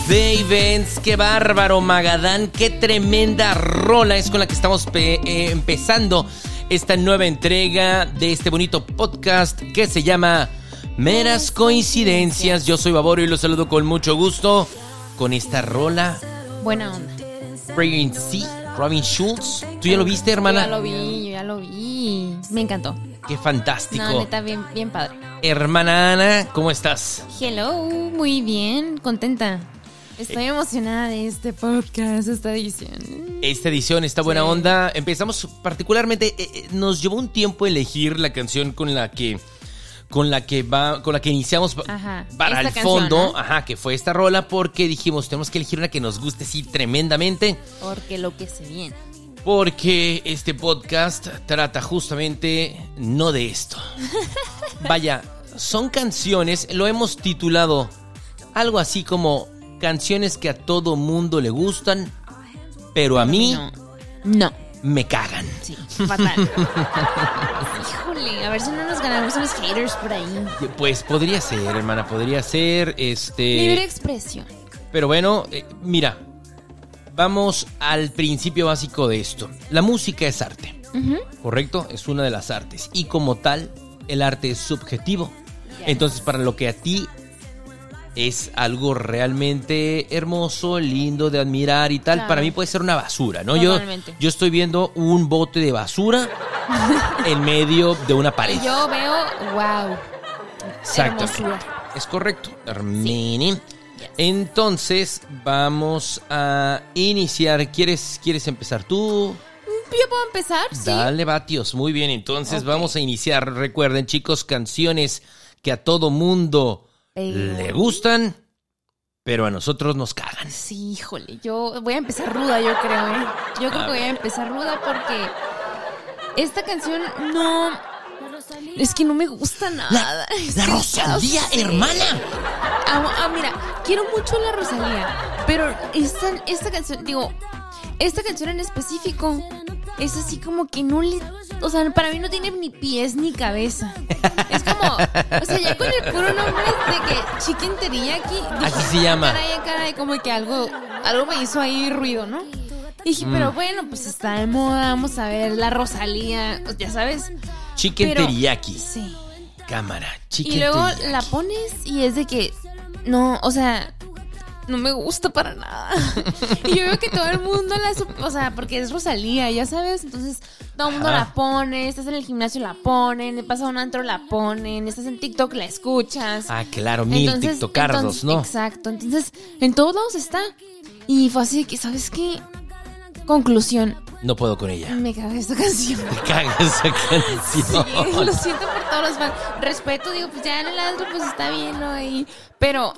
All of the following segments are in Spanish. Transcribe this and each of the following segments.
Davens, qué bárbaro, Magadán, qué tremenda rola es con la que estamos empezando esta nueva entrega de este bonito podcast que se llama Meras Coincidencias. Yo soy Baboro y los saludo con mucho gusto con esta rola. Buena onda. Robin Schulz. ¿Tú ya lo viste, hermana? Yo ya lo vi. Me encantó. Qué fantástico. No, neta, bien padre. Hermana Ana, ¿cómo estás? Hello, muy bien, contenta. Estoy emocionada de este podcast, esta edición. Esta edición está buena onda. Empezamos particularmente, nos llevó un tiempo elegir la canción con la que iniciamos para el fondo, que fue esta rola, porque dijimos, tenemos que elegir una que nos guste sí tremendamente. Porque lo que se viene. Porque este podcast trata justamente no de esto. Vaya, son canciones, lo hemos titulado algo así como canciones que a todo mundo le gustan, pero a mí no. Me cagan. Sí, fatal. Híjole, a ver si no nos ganamos unos haters por ahí. Pues podría ser, hermana, podría ser libre expresión. Pero bueno, mira, vamos al principio básico de esto. La música es arte, ¿correcto? Es una de las artes. Y como tal, el arte es subjetivo. Yes. Entonces, para lo que a ti es algo realmente hermoso, lindo de admirar y tal, claro, para mí puede ser una basura, ¿no? Yo estoy viendo un bote de basura en medio de una pared. Yo veo, wow. Exacto. Hermosura. Es correcto, Hermini. Sí. Yes. Entonces, vamos a iniciar. ¿Quieres empezar tú? ¿Yo puedo empezar? Sí. Dale, vatios. Muy bien, entonces vamos a iniciar. Recuerden, chicos, canciones que a todo mundo le gustan, pero a nosotros nos cagan. Sí, híjole, yo voy a empezar ruda, yo creo, ¿eh? Yo creo que voy a empezar ruda porque esta canción no... Es que no me gusta nada. La Rosalía, hermana. Mira, quiero mucho la Rosalía, pero esta canción, esta canción en específico es así como que no le... O sea, para mí no tiene ni pies ni cabeza. Es como... O sea, ya con el puro nombre de que Chicken Teriyaki... Así se llama. Caray, como que algo me hizo ahí ruido, ¿no? Y dije, pero bueno, pues está de moda, vamos a ver la Rosalía, ya sabes. Chicken Teriyaki. Sí. Cámara, Chicken Teriyaki. Y luego teriyaki. la pones y es de que... No, o sea... No me gusta para nada. Y yo veo que todo el mundo o sea, porque es Rosalía, ya sabes. Entonces, todo el mundo la pone. Estás en el gimnasio, la ponen. Le pasa a un antro, la ponen. Estás en TikTok, la escuchas. Ah, claro, mil tiktokardos, ¿no? Exacto. Entonces, en todos lados está. Y fue así que, ¿sabes qué? Conclusión. No puedo con ella. Me caga esta canción. Me caga esa canción. Sí, lo siento por todos los fans. Respeto, digo, pues ya en el antro, pues está bien, ¿no? Pero...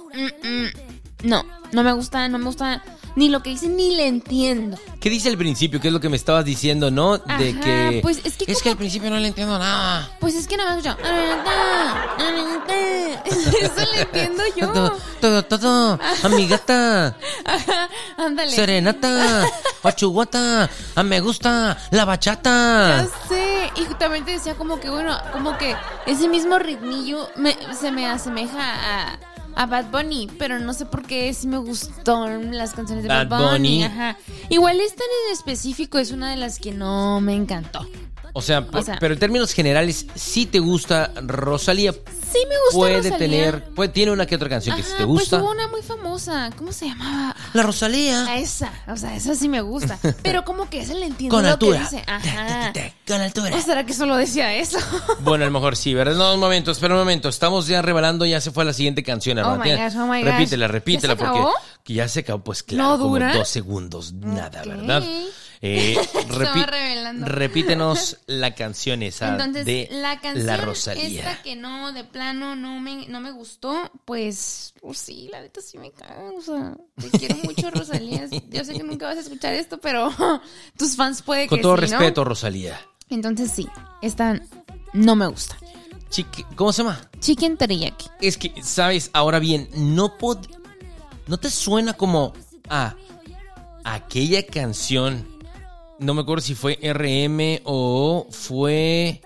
No me gusta ni lo que dice ni le entiendo. ¿Qué dice al principio? ¿Qué es lo que me estabas diciendo, no? De que... Pues es que al principio no le entiendo nada. Pues es que nada más yo... Eso le entiendo yo. Todo, amigata. Ajá, ándale. Serenata, pachuguata, me gusta la bachata. Ya sé. Y justamente decía como que, bueno, como que ese mismo ritmillo se me asemeja a Bad Bunny, pero no sé por qué sí me gustó las canciones de Bad Bunny. Ajá. Igual esta en específico es una de las que no me encantó. O sea, pero en términos generales, sí te gusta Rosalía. Sí me gusta Rosalía. Tiene una que otra canción que sí te gusta. Pues hubo una muy famosa. ¿Cómo se llamaba? La Rosalía. Esa. O sea, esa sí me gusta. Pero como que esa le entiendo con lo altura. Que dice. Ajá. Con altura. ¿O será que solo decía eso? Bueno, a lo mejor sí, ¿verdad? No, un momento. Estamos ya revelando, ya se fue a la siguiente canción, hermano. Oh my gosh. Repítela, porque que ya se acabó. Pues claro, ¿No dura? como 2 segundos, nada, Okay. ¿verdad? Estaba revelando. Repítenos la canción esa. Entonces, de la canción la Rosalía. esta que no, de plano, no me gustó, pues sí, la neta sí me caga. O sea, te quiero mucho, Rosalía. Yo sé que nunca vas a escuchar esto, pero tus fans puede que con todo sí, respeto, ¿no? Rosalía. Entonces sí, esta no me gusta. ¿Cómo se llama? Chicken Teriyaki. Es que, ¿sabes? Ahora bien, ¿no te suena como a aquella canción? No me acuerdo si fue RM o fue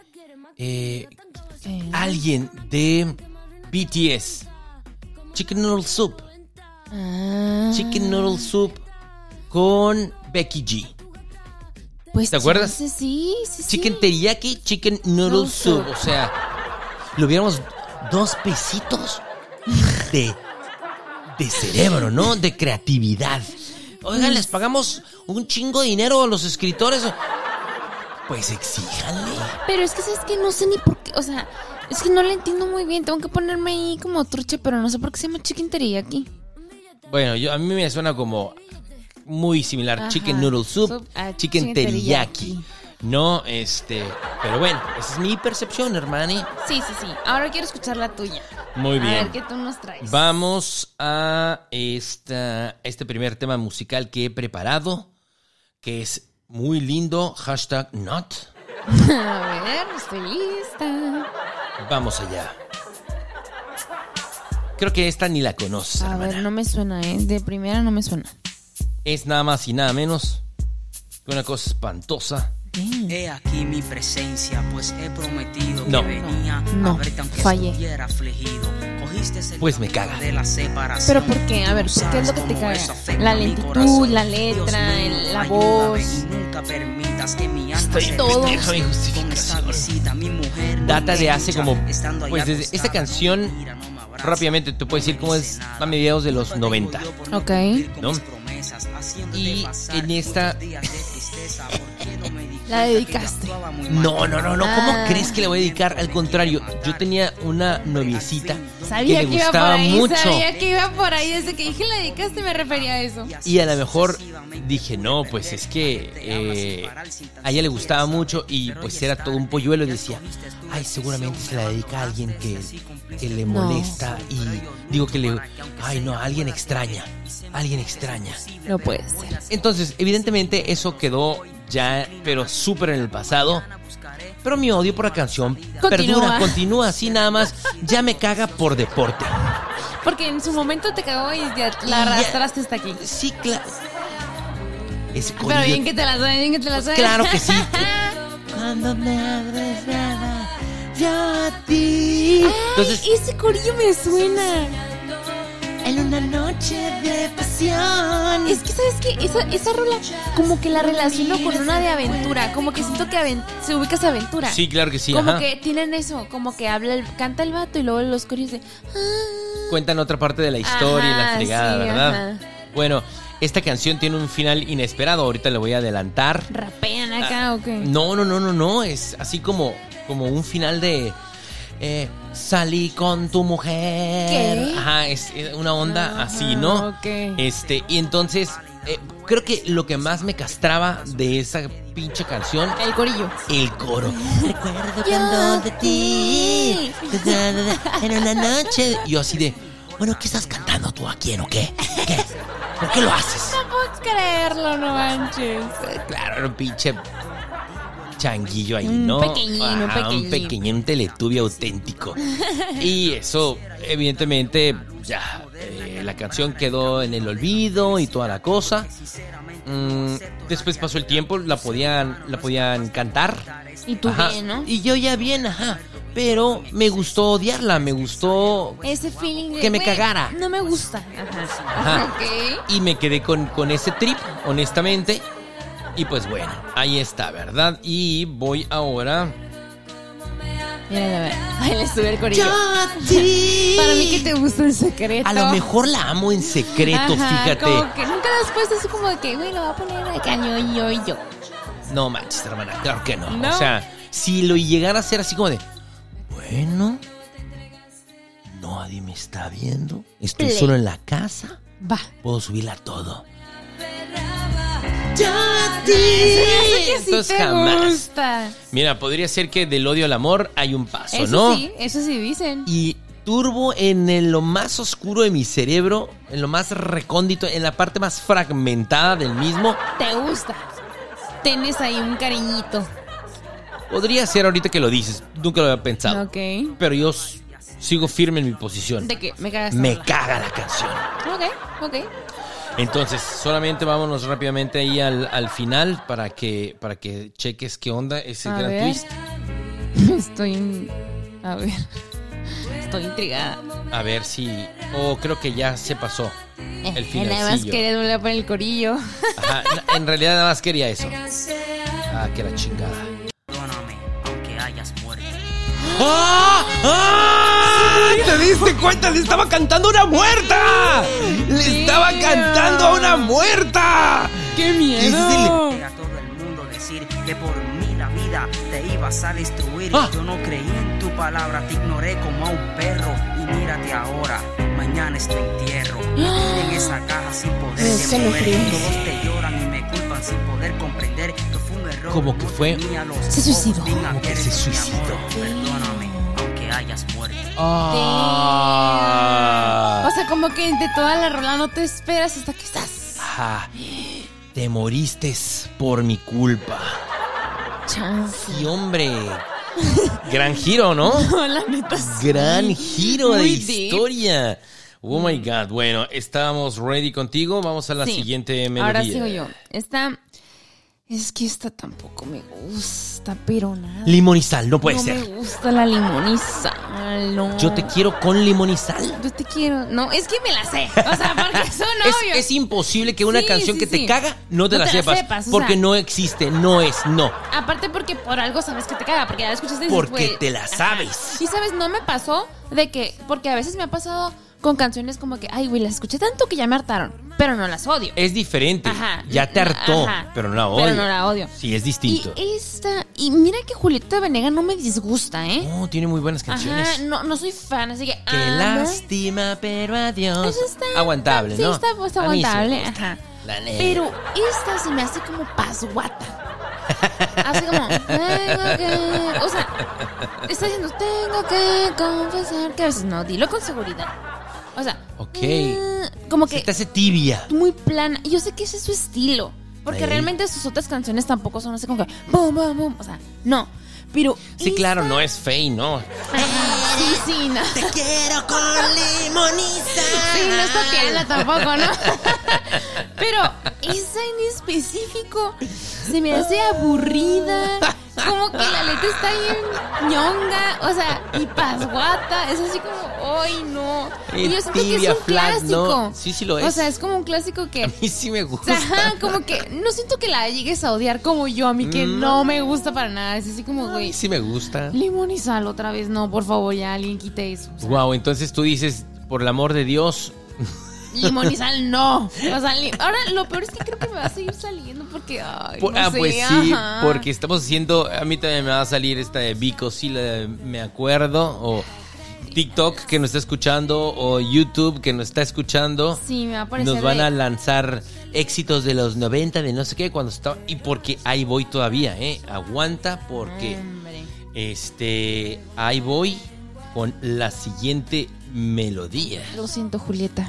alguien de BTS. Chicken Noodle Soup. Chicken Noodle Soup con Becky G. Pues ¿Te acuerdas? Sí. Chicken Teriyaki, Chicken Noodle Soup. O sea, lo hubiéramos 2 pesitos de cerebro, ¿no? De creatividad. Oigan, les pagamos un chingo de dinero a los escritores. Pues exíjanle. Pero es que, ¿sabes qué? No sé ni por qué. O sea, es que no le entiendo muy bien. Tengo que ponerme ahí como trucha, pero no sé por qué se llama Chicken Teriyaki. Bueno, a mí me suena como muy similar. Ajá. Chicken Noodle Soup, Chicken Teriyaki. No, pero bueno, esa es mi percepción, hermani. Sí. Ahora quiero escuchar la tuya. Muy bien. A ver qué tú nos traes. Vamos a este primer tema musical que he preparado, que es muy lindo. #not. A ver, estoy lista. Vamos allá. Creo que esta ni la conoces, A hermana. ver, no me suena, de primera no me suena. Es nada más y nada menos que una cosa espantosa. He aquí mi presencia, pues he prometido No. que venía No, a verte aunque fallé. estuviera afligido. Cogiste el Pues me camino caga. de la separación. ¿Pero por qué? A ver, ¿qué es lo que te caga? La lentitud, la letra, la voz. Nunca permitas que mi alma Estoy se todo. pendeja, mi con justificación. esta visita, mi mujer no Data me de hace escucha, como, estando allá pues desde acostada, esta canción, mira, no me abraza, rápidamente te puedo decir cómo es a mediados de los 90. Ok. ¿No? Y en esta... La dedicaste. No, ¿cómo crees que le voy a dedicar? Al contrario, yo tenía una noviecita Sabía que le que iba por gustaba ahí, mucho. sabía que iba por ahí. Desde que dije la dedicaste me refería a eso. Y a lo mejor dije, no, pues es que a ella le gustaba mucho y pues era todo un polluelo. Y decía, ay, seguramente se la dedica a alguien que le molesta. Y digo ay, no, a alguien extraña. No puede ser. Entonces, evidentemente eso quedó ya, pero súper en el pasado. Pero mi odio por la canción continúa así nada más. Ya me caga por deporte. Porque en su momento te cagó y ya la arrastraste hasta aquí. Sí, claro. Ese Pero corillo- bien que te la sabes, Claro que sí. Cuando me abres nada, yo a ti. Entonces, ese corillo me suena. en una noche de pasión. Es que, ¿sabes qué? Esa rola como que la relaciono con una de aventura. Como que siento que se ubica esa aventura. Sí, claro que sí. Como Ajá. que tienen eso, como que canta el vato y luego los corillos de... Cuentan otra parte de la historia y la Ajá, fregada, sí, ¿verdad? ajá. Bueno, esta canción tiene un final inesperado. Ahorita le voy a adelantar. ¿Rapean acá o qué? No. Es así como un final de... salí con tu mujer. ¿Qué? Ajá, es una onda así, ¿no? Ok. Y entonces, creo que lo que más me castraba de esa pinche canción, El corillo. el coro. Recuerdo cuando de ti, en una noche. Yo así de, bueno, ¿qué estás cantando tú? ¿A quién o qué? ¿Qué? ¿Por qué lo haces? No puedo creerlo, no manches. Claro, era un pinche changuillo ahí, Un ¿no? pequeñín, un Ajá, pequeñín. un pequeñín, un teletubio auténtico. Y eso, evidentemente, ya, la canción quedó en el olvido y toda la cosa. Después pasó el tiempo, la podían cantar. Y tú Ajá, bien, ¿no? y yo ya bien, ajá. Pero me gustó odiarla, me gustó Ese feeling de... que me güey, cagara. No me gusta. Ajá. Ok. Y me quedé con ese trip, honestamente. Y pues bueno, ahí está, ¿verdad? Y voy ahora... Mírala, a ver. Ay, le sube el corillo. Yo a ti. Para mí que te gustó en secreto. A lo mejor la amo en secreto, Ajá, fíjate. Como que nunca después es como de que, güey, lo va a poner acá yo. No manches, hermana, claro que no. ¿No? O sea, si lo llegara a ser así como de... Bueno, nadie me está viendo. Estoy Play. solo en la casa. Va. Puedo subirla todo. Yo a ti. Eso que sí Entonces te jamás. gusta. Mira, podría ser que del odio al amor hay un paso, Eso ¿no? eso sí dicen. Y turbo lo más oscuro de mi cerebro, en lo más recóndito, en la parte más fragmentada del mismo. Te gusta. Tienes ahí un cariñito. Podría ser ahorita que lo dices, nunca lo había pensado. Ok. Pero yo sigo firme en mi posición. ¿De qué? Me cagas. Me caga la canción. Ok. Entonces, solamente vámonos rápidamente ahí al final para que cheques qué onda ese A gran ver. twist. A ver. Estoy intrigada. A ver si... creo que ya se pasó. El Nada más finalcillo. quería volver a poner el corillo. Ajá, en realidad nada más quería eso. Ah, que la chingada. Perdóname, aunque hayas muerto. ¡Ah! ¡Ah! ¿Te diste cuenta? ¡Le estaba cantando a una muerta! ¡Le estaba cantando a una muerta! ¡Qué miedo! Y a todo el mundo decir que por mí la vida te ibas a destruir. Ah. Yo no creí en tu palabra, te ignoré como a un perro. Y mírate ahora, mañana es tu entierro. En esa caja sin poder Eso lo mover. frío. Todos te lloran y me culpan sin poder comprender que fue un error. Como que No fue- tenía los Se suicidó. ojos bien Como que se abiertos, mi suicidó. amor. Perdóname, aunque hayas muerto. Ah. O sea, como que de toda la rola no te esperas hasta que estás. Ajá. Te moriste por mi culpa. Chance. Y hombre, gran giro, ¿no? No, la neta sí. Gran giro de Muy deep. historia. Oh my God. Bueno, estábamos ready contigo. Vamos a la Sí. siguiente melodía. Ahora sigo yo. Es que esta tampoco me gusta, pero nada. Limón y sal, no puede no ser. me gusta la limón y sal, no. Yo te quiero con limón y sal. Yo te quiero. No, es que me la sé. O sea, porque son obvios. Es imposible que una Sí, canción sí, que te sí. caga no te la sepas. o Porque sea, no existe, no es, no. Aparte porque por algo sabes que te caga, porque ya la escuchaste y dices, Porque güey, te la ajá. sabes. Y sabes, no me pasó de que, porque a veces me ha pasado con canciones como que, ay, güey, las escuché tanto que ya me hartaron, pero no las odio. Es diferente. Ajá. Ya te hartó, Ajá. pero no la odio. Pero no la odio. Sí, es distinto. Y mira que Julieta Venegas no me disgusta, ¿eh? No, tiene muy buenas canciones. Ajá, no soy fan, así que. Qué lástima, pero adiós. Eso está aguantable, sí, ¿no? está pues, A mí sí me aguantable, gusta. ajá. La neta. Pero esta se me hace como pasguata. Así como, tengo que. O sea, está diciendo, tengo que confesar que a veces no, dilo con seguridad. O sea, Ok. Como Se que te hace tibia. muy plana. Y yo sé que ese es su estilo. Porque Ahí. realmente sus otras canciones tampoco son así como que, boom, boom, boom. O sea, no. Pero. Sí, claro, no es fey, ¿no? Sí, no. Te quiero con limón y sal. Sí, no es Tatiana tampoco, ¿no? Pero esa en específico se me hace aburrida. Como que la letra está bien ñonga. O sea, y pasguata. Es así como, ¡ay, no! Y yo siento que es Tibia, un flat, clásico. ¿no? Sí, sí lo es. O sea, es como un clásico que. A mí sí me gusta. Ajá, como que no siento que la llegues a odiar como yo, a mí que no me gusta para nada. Es así como, A mí güey, sí me gusta. limón y sal otra vez. No, por favor, ya alguien quite eso. O sea, Wow, entonces tú dices, por el amor de Dios. limón y sal, no. O sea, ahora lo peor es que creo que me va a seguir saliendo porque, ay, no sé, Pues sí, ajá. porque estamos haciendo. A mí también me va a salir esta de Vico, sí, me acuerdo. O TikTok que nos está escuchando. O YouTube que nos está escuchando. Sí, me va a parecer Nos van de- a lanzar éxitos de los 90, de no sé qué, cuando estaba. Y porque ahí voy todavía, ¿eh? Aguanta, porque Hombre. ahí voy con la siguiente melodía. Lo siento, Julieta.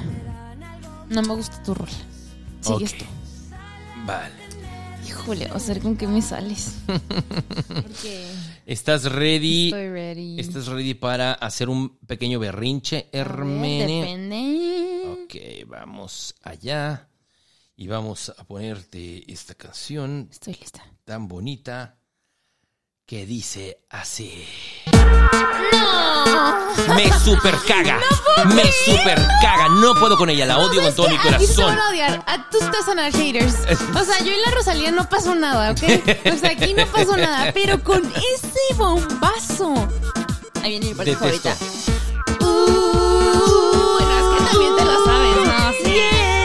No me gusta tu rol. Sigues Ok. tú. Vale. Híjole, a ver con qué me sales. Porque ¿Estás ready? estoy ready. ¿Estás ready para hacer un pequeño berrinche, A ver, Hermene? depende. Ok, vamos allá. Y vamos a ponerte esta canción Estoy lista. tan bonita que dice así. ¡No! Me super caga. Me super caga. No puedo con ella. La odio con todo mi Aquí se corazón. van a odiar. Tú estás a haters. O sea, yo y la Rosalía no pasó nada, ¿ok? O sea, aquí no pasó nada. Pero con ese bombazo. Ahí viene mi parte Detesto. favorita. No, es que también te lo sabes, ¿no? Sí.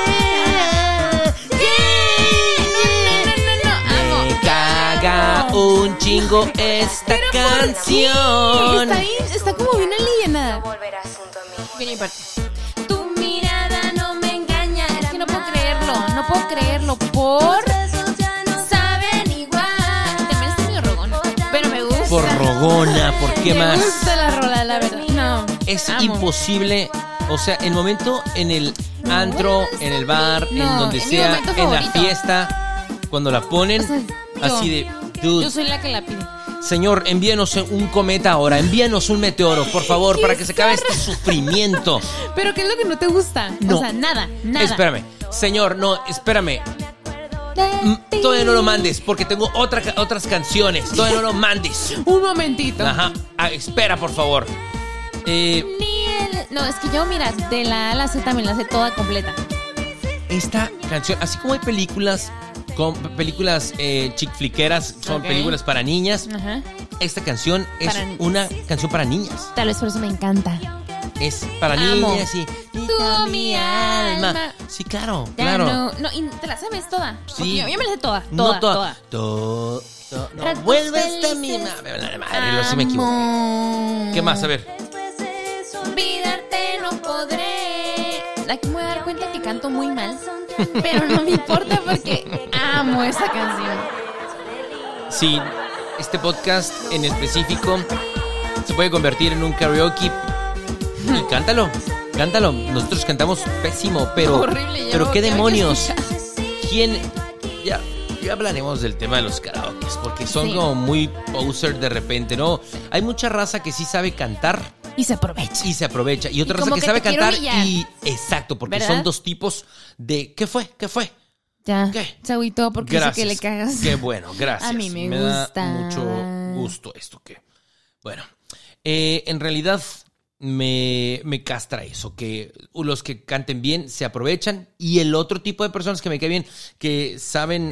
No. Me Amo. caga un chingo esta Pero ¿por qué? canción. Está como bien alivianada. Volverás junto a mí. Viene mi parte. Tu mirada no me engaña. Es que no puedo creerlo. No puedo creerlo. Por. Saben igual. También está medio rogona. Pero me gusta. Por rogona, ¿por qué Me más? gusta la rola, la verdad. No. Es amo. imposible. O sea, el momento en el antro, en el bar, en No, donde es mi sea, momento en la favorito. fiesta, cuando la ponen, O sea, así de, dude, Yo soy la que la pide. señor, envíanos un cometa ahora, envíanos un meteoro, por favor, ¿Qué para que se acabe este sufrimiento. Pero ¿qué es lo que no te gusta? No. O sea, nada. Espérame, señor, no, espérame. Todavía no lo mandes, porque tengo otras canciones. Todavía no lo mandes. Un momentito. Ajá, espera, por favor. No, es que yo, mira, de la A a la Z me la sé toda completa. esta canción, así como hay películas chick flickeras, son películas para niñas, esta canción es una canción para niñas. Tal vez por eso me encanta. Es para niñas y tú mi alma. Sí, claro. No, y te la sabes toda. Sí. Yo me la sé toda. No, vuelves de mi madre, sí me equivoqué. ¿Qué más? A ver. Olvidarte no podré. Aquí me voy a dar cuenta que canto muy mal, pero no me importa porque amo esa canción. Sí, este podcast en específico se puede convertir en un karaoke. Y cántalo. Nosotros cantamos pésimo, pero horrible, pero qué demonios. ¿Quién? Ya hablaremos del tema de los karaokes, porque son como muy poser de repente, ¿no? Hay mucha raza que sí sabe cantar y se aprovecha. Y otra raza que sabe cantar y exacto, porque ¿verdad? son dos tipos de ¿qué fue? Ya. ¿Qué? Se agüitó porque dice que le cagas. Qué bueno, gracias. A mí me gusta. Da mucho gusto esto que. Bueno, en realidad me castra eso, que los que canten bien se aprovechan y el otro tipo de personas que me cae bien, que saben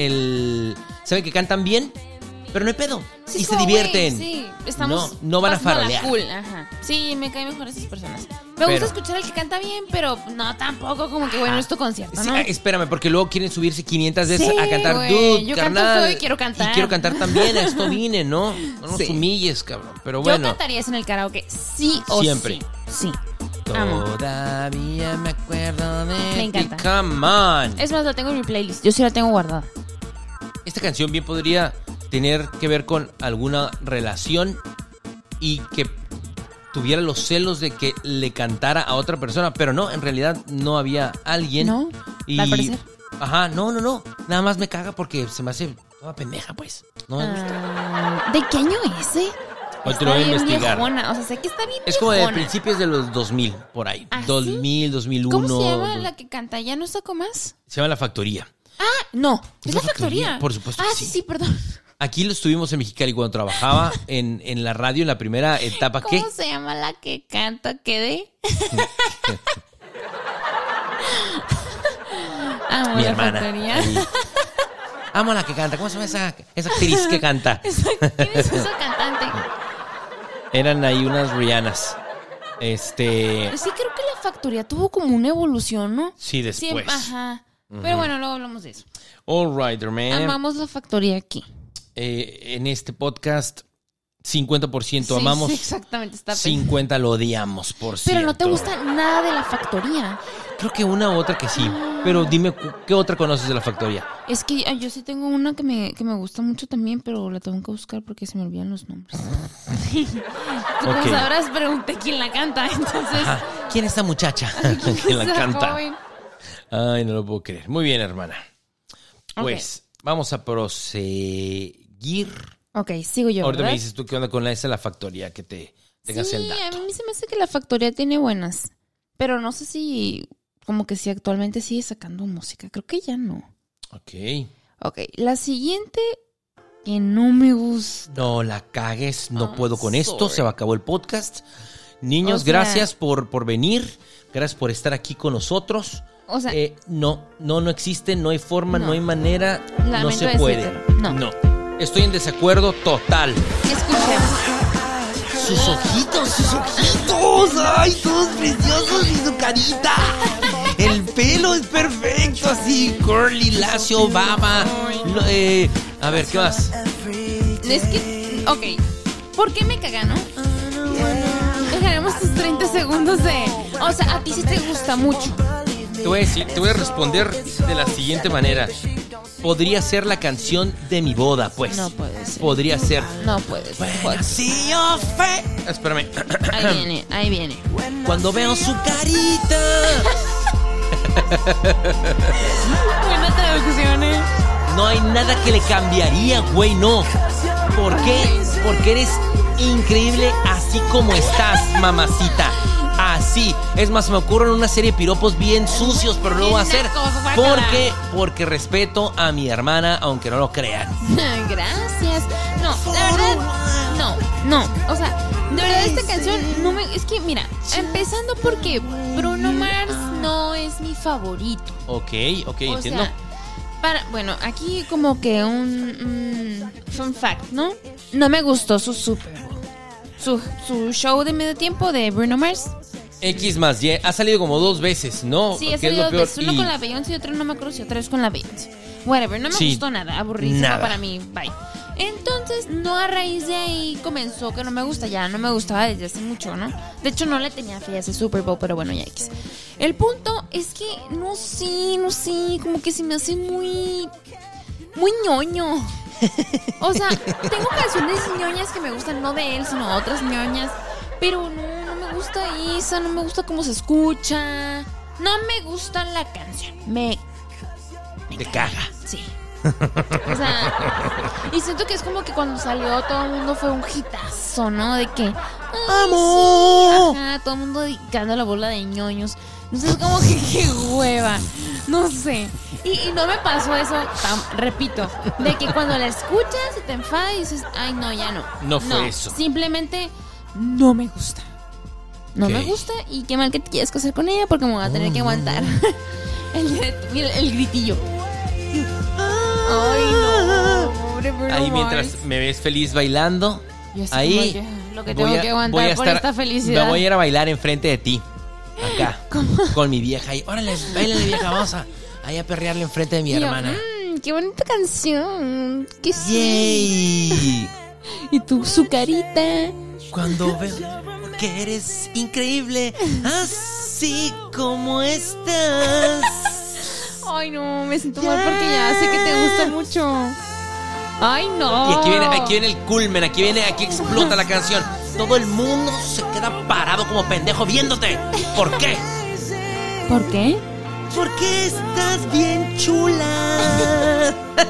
que cantan bien, pero no hay pedo, Sí, y se como, divierten. Güey, sí, estamos no van a farolear. Cool. Ajá. Sí, me caen mejor esas personas. Me gusta escuchar al que canta bien, pero no tampoco como que bueno, es tu concierto, ¿no? Sí, espérame, porque luego quieren subirse 500 veces a cantar. Güey, Dude, yo carnal, canto feo y quiero cantar. Y quiero cantar también, a esto vine, ¿no? No nos humilles, cabrón. Pero bueno. Yo cantaría eso en el karaoke, sí o siempre. Sí. Amo. Todavía me acuerdo de Me encanta. Come on. Es más, la tengo en mi playlist. Yo sí la tengo guardada. Esta canción bien podría tener que ver con alguna relación y que tuviera los celos de que le cantara a otra persona, pero no, en realidad no había alguien. No, al parecer. Ajá, no. Nada más me caga porque se me hace toda pendeja, pues. No me gusta. ¿De qué año es ese? Hoy te lo voy a investigar. Viejona. O sea, sé que está bien es como de viejona. principios de los 2000, por ahí. ¿Ah, 2000, sí? 2001. ¿Cómo se llama la que canta? ¿Ya no saco más? Se llama La Factoría. Ah, no. ¿Es La Factoría? Por supuesto Ah, que sí. sí, perdón. Aquí lo estuvimos en Mexicali cuando trabajaba en la radio en la primera etapa. ¿Cómo se llama la que canta? ¿Qué Amo Mi La hermana. Factoría. Ahí. Amo a la que canta. ¿Cómo se llama esa actriz que canta? ¿Quién es esa cantante? Eran ahí unas Rihannas. Sí, creo que La Factoría tuvo como una evolución, ¿no? Sí, después. Ajá. Pero bueno, luego hablamos de eso. All right, man. Amamos La Factoría aquí. En este podcast, 50% amamos. Sí, exactamente. Está 50% lo odiamos, por cierto. Pero no te gusta nada de La Factoría. Creo que una u otra que sí. Pero dime, ¿qué otra conoces de La Factoría? Es que yo sí tengo una que me gusta mucho también, pero la tengo que buscar porque se me olvidan los nombres. Como sabrás, pregunté quién la canta, entonces... Ajá. ¿Quién es esta muchacha que la canta? Joven. Ay, no lo puedo creer. Muy bien, hermana. Pues vamos a proseguir. Ok, sigo yo, Ahorita ¿verdad? me dices tú qué onda con esa La Factoría, que te tengas el dato. Sí, a mí se me hace que La Factoría tiene buenas, pero no sé si, como que si actualmente sigue sacando música. Creo que ya no. Ok, la siguiente que no me gusta. No la cagues, no puedo con esto, sorry. se me acabó el podcast. Niños, gracias por venir, gracias por estar aquí con nosotros. O sea, no existe, no hay forma, no hay manera, no se puede. decírtelo, no. Estoy en desacuerdo total. Escuchemos. Sus ojitos, ay, todos preciosos y su carita. El pelo es perfecto, así, curly, lacio, baba. A ver, ¿qué más? Es que, ok, ¿por qué me caga, no? Dejaremos tus 30 segundos de... O sea, a ti sí te gusta mucho. Te voy a responder de la siguiente manera. Podría ser la canción de mi boda, pues. No puede ser. Podría ser. No puede ser. Bueno, sí, yo fe. Espérame. Ahí viene. Cuando veo su carita. Buena traducción, No hay nada que le cambiaría, güey, no. ¿Por qué? Porque eres increíble así como estás, mamacita. Así. Es más, me ocurren una serie de piropos bien sucios, pero lo voy a hacer. Porque respeto a mi hermana, aunque no lo crean. Gracias. No, la verdad, no. O sea, de verdad esta canción no me... Es que, mira, empezando porque Bruno Mars no es es mi favorito. Ok, O entiendo. sea, bueno, aquí como que un fun fact, ¿no? No me gustó su Super Bowl. Su show de medio tiempo de Bruno Mars. X más Y ha salido como 2 veces, ¿no? Sí, ¿Qué ha salido es lo dos peor? veces. Uno con la Beyoncé y otro no me acuerdo si otra vez con la Beyoncé. Whatever, no me Sí, gustó nada. Aburridísimo nada. para mí. Bye. Entonces, no, a raíz de ahí comenzó que no me gusta. Ya no me gustaba desde hace mucho, ¿no? De hecho, no le tenía fe a ese Super Bowl, pero bueno, ya X. El punto es que no sé, como que se me hace muy ñoño. O sea, tengo canciones ñoñas que me gustan, no de él, sino otras ñoñas. Pero no me gusta esa, no me gusta cómo se escucha. No me gusta la canción. Me Te caga. Sí. O sea, y siento que es como que cuando salió todo el mundo fue un hitazo, ¿no? De que ¡Amo! sí, ajá, todo el mundo dedicando la bola de ñoños. Entonces como que qué hueva. No sé. Y no me pasó eso, repito, de que cuando la escuchas y te enfadas y dices, ay no, ya no. No fue eso. Simplemente no me gusta. No Ok. me gusta y qué mal que te quieres casar con ella porque me voy a tener que aguantar. Mira, el gritillo. Ay, no, pobre Bruno Ahí Mars. mientras me ves feliz bailando, Yo así ahí como que, lo que tengo que aguantar voy a por esta felicidad. Me voy a ir a bailar enfrente de ti. Acá. Con mi vieja ahí. Órale, bailale vieja, vamos a perrearle enfrente de mi Y yo, hermana. qué bonita canción. Qué sí. ¡Yay! Y tú, su carita. Cuando veo que eres increíble, así como estás. Ay, no, me siento mal porque ya sé que te gusta mucho. Ay, no. Y aquí viene el culmen, aquí explota la canción. Todo el mundo se queda parado como pendejo viéndote. ¿Por qué? ¿Por qué? Porque estás bien chula.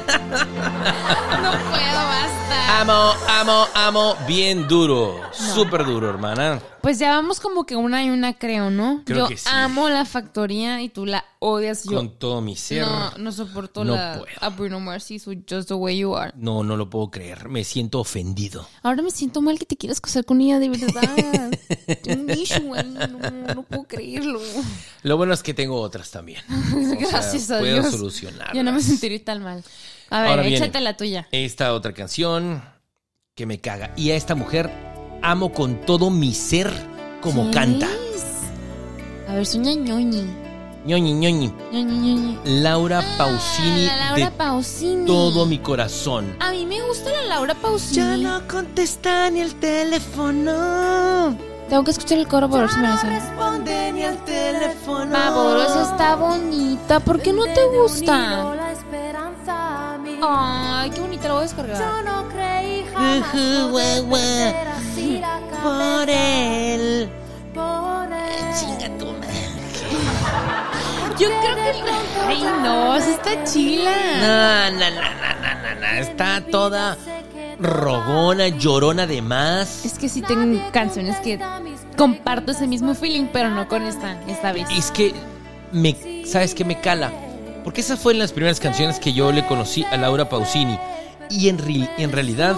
No puedo, basta. Amo, bien duro. Súper duro, hermana. Pues ya vamos como que una y una, creo, ¿no? Creo Yo que sí. amo La Factoría y tú la odias. Yo Con todo mi ser. no soporto no a Bruno Mars y su Just the Way You Are. No lo puedo creer. Me siento ofendido. Ahora me siento mal que te quieras casar con ella, de verdad. Tengo un issue ahí, no puedo creerlo. Lo bueno es que tengo otras también. Gracias a puedo Dios. solucionarlas. Ya no me sentiré tan mal. A ver, Ahora viene échate la tuya. Esta otra canción que me caga. Y a esta mujer amo con todo mi ser como ¿Quién canta. es? A ver, sueña ñoñi. Ñoñi. Ñoñi. Laura Pausini. La Laura de Pausini. todo mi corazón. A mí me gusta la Laura Pausini. Ya no contesta ni el teléfono. Tengo que escuchar el coro por ver si me la sé. Responde ni el teléfono. Pavorosa está bonita. ¿Por qué no te gusta? Ay, qué bonita, la voy a descargar. Por él. Chinga tu madre. Yo creo que... Ay, no, sí está chila. No. Está toda rogona, llorona de más. Es que sí tengo canciones que comparto ese mismo feeling, pero no con esta vez. Es que ¿sabes qué me cala? Porque esas fueron las primeras canciones que yo le conocí a Laura Pausini. Y en realidad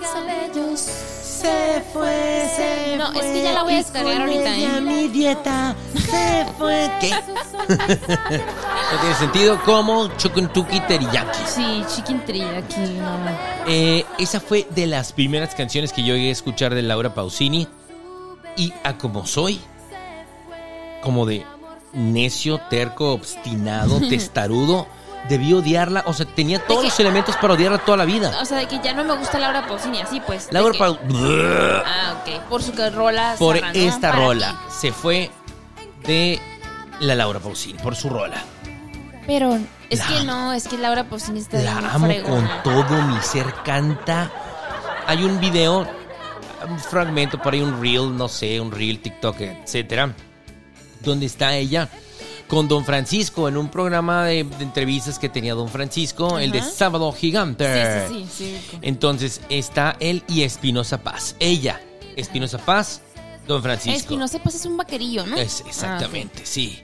se fue. No, es que ya la voy a descargar ahorita, ¿eh? Mi dieta se fue. ¿Qué? No tiene sentido. Como Chokuntuki Teriyaki. Sí, Chicken Teriyaki, no. Esa fue de las primeras canciones que yo llegué a escuchar de Laura Pausini. Y a como soy, como de necio, terco, obstinado, testarudo, debí odiarla. O sea, tenía todos los elementos para odiarla toda la vida. O sea, de que ya no me gusta Laura Pausini, así pues. de Laura que- Pausini. Ah, ok. Por su rola. Por zarra, ¿no? esta Para rola. ti. Se fue de la Laura Pausini, por su rola. Pero es La que amo. no, es que Laura Pausini está La bien amo fregona. con todo mi ser. Canta. Hay un video, un fragmento por ahí, un reel, no sé, un reel, TikTok, etcétera, donde está ella con Don Francisco en un programa de entrevistas que tenía Don Francisco, el de Ajá. Sábado Gigante. Sí. Entonces está él y Espinosa Paz. Ella, Espinosa Paz, Don Francisco. Espinosa Paz es un vaquerillo, ¿no? Es exactamente, sí.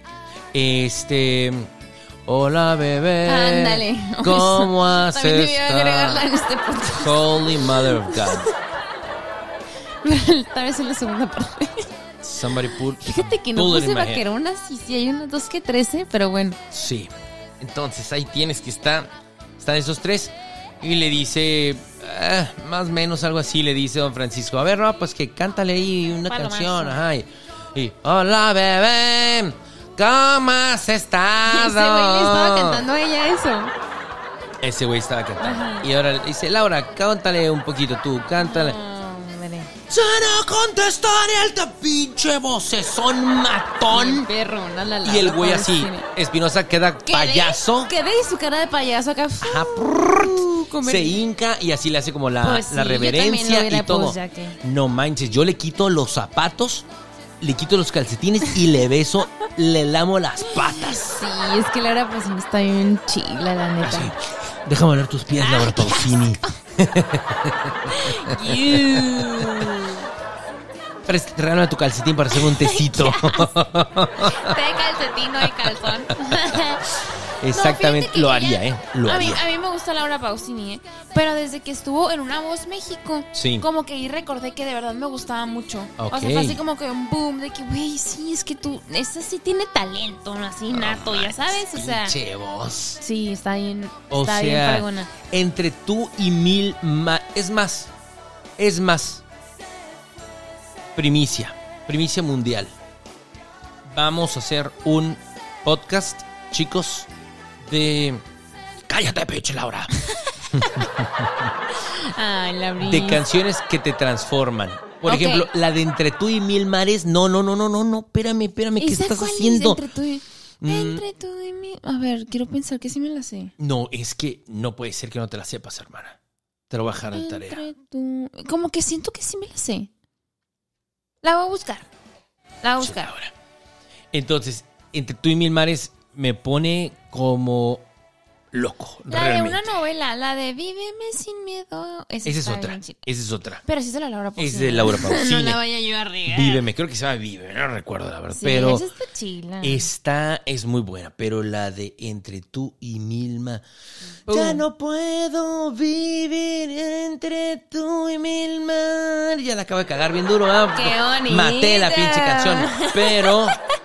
Hola bebé. Ándale. ¿Cómo has También debí agregarla en estado? este podcast. Holy Mother of God. Tal vez en la segunda parte. Somebody put Fíjate que no bullet puse in my head. vaqueronas y sí hay unas 2 que 13, pero bueno. Sí. Entonces ahí tienes que están esos tres. Y le dice, más o menos algo así, le dice don Francisco. A ver, no, pues que cántale ahí una Palomazo. canción. Ajá. Y, hola, bebé, ¿cómo has estado? Ese güey le estaba cantando a ella eso. Ese güey estaba cantando. Ajá. Y ahora le dice, Laura, cántale un poquito tú, cántale. Hombre. Se no contestaré al pinche vocesón matón. Perro, la. Y el güey así, Espinosa queda payaso. Quedé y su cara de payaso acá. Ajá, Comer. se hinca y así le hace como la, Pues sí, la yo también reverencia lo hubiera, y todo. pues, ya que- No manches, yo le quito los zapatos, le quito los calcetines y le beso, le lamo las patas. Sí, es que Laura pues está bien chila, la neta. Así, déjame ver tus pies, Laura Pausini. Regálame tu calcetín para hacer un tecito. Té de calcetín, no de calzón. Exactamente, No, fíjate que lo ella- haría, Lo a mí haría. me gusta Laura Pausini, pero desde que estuvo en Una Voz México, Sí. como que ahí recordé que de verdad me gustaba mucho. Ok. O sea, fue así como que un boom de que, güey, sí, es que tú, esa sí tiene talento, ¿no? Así nato, ya sabes, o sea. Pinche voz. Sí, está bien, O está bien sea, fregona. entre tú y mil más. Es más. Primicia mundial. Vamos a hacer un podcast, chicos, de... Cállate, pinche Laura. Ay, la De canciones que te transforman. Por Ok. ejemplo, la de Entre tú y mil mares. No, espérame, ¿qué ¿Esa estás cuál es? haciendo? Entre tú y mí. A ver, quiero pensar que sí me la sé. No, es que no puede ser que no te la sepas, hermana. Te lo voy a dejar de tarea. Entre tú. Como que siento que sí me la sé. La voy a buscar. Sí, Laura. Entonces, Entre tú y mil mares me pone como loco, La realmente. de una novela, la de Víveme sin miedo. Esa es está otra. bien chida. Esa es otra. Pero sí es de la Laura Pausini. Es de Laura Pausini. No la vaya yo a regar. Víveme, creo que se llama Víveme, no recuerdo la verdad. Sí, pero esa está chila. esta es muy buena. Pero la de Entre tú y Milma. Ya no puedo vivir entre tú y Milma. Ya la acabo de cagar bien duro. ¡Qué bonita! Maté la pinche canción. Pero.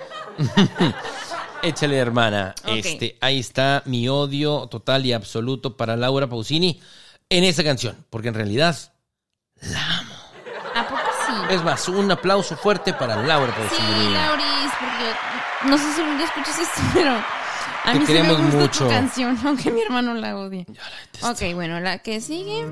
Échale, hermana. Ok. Ahí está mi odio total y absoluto para Laura Pausini en esa canción. Porque en realidad la amo. ¿A poco sí? Es más, un aplauso fuerte para Laura Sí, Pausini. Lauris, porque no sé si un día escuchas esto, pero a Te mí sí me queremos gusta mucho. tu canción, aunque mi hermano la odie. Ya la detesto. Ok, bueno, la que sigue.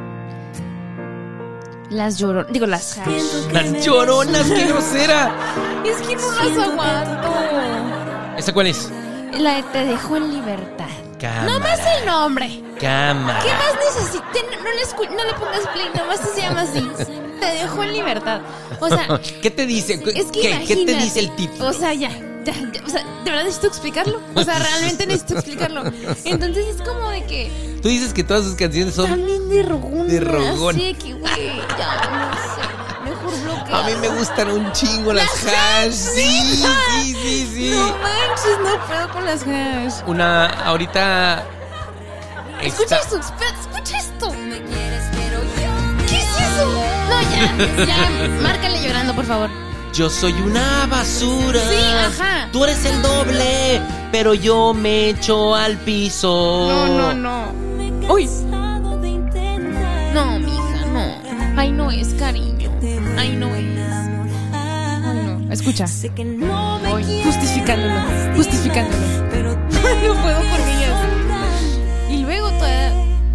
Las lloronas. Digo, las hash. Las lloronas, qué grosera. Es que no las aguanto. ¿Esa cuál es? La de Te dejo en libertad. Cámara. Nomás el nombre. Cámara. ¿Qué más necesitas? No le pongas play, nomás se llama así. Te dejo en libertad. O sea, ¿Qué te dice? es que ¿Qué te imagínate. dice el título? O sea, ya, o sea, de verdad necesito explicarlo. O sea, realmente necesito explicarlo. Entonces es como de que Tú dices que todas sus canciones son... también de rogón. De rogón. Así de que, güey, ya no sé. Mejor bloqueo. A mí me gustan un chingo las hash. Sí, sí. No manches, no puedo con las hash. Una, ahorita... Escucha esta- esto, escucha esto. ¿Qué es eso? No, ya, márcale llorando, por favor. Yo soy una basura. Sí, ajá. Tú eres el doble, pero yo me echo al piso. No. Uy. No, mija, no. Ay, no es, cariño. Ay, no es. Ay, no. Escucha. Ay, justificándolo. No puedo por ella. Y luego toda...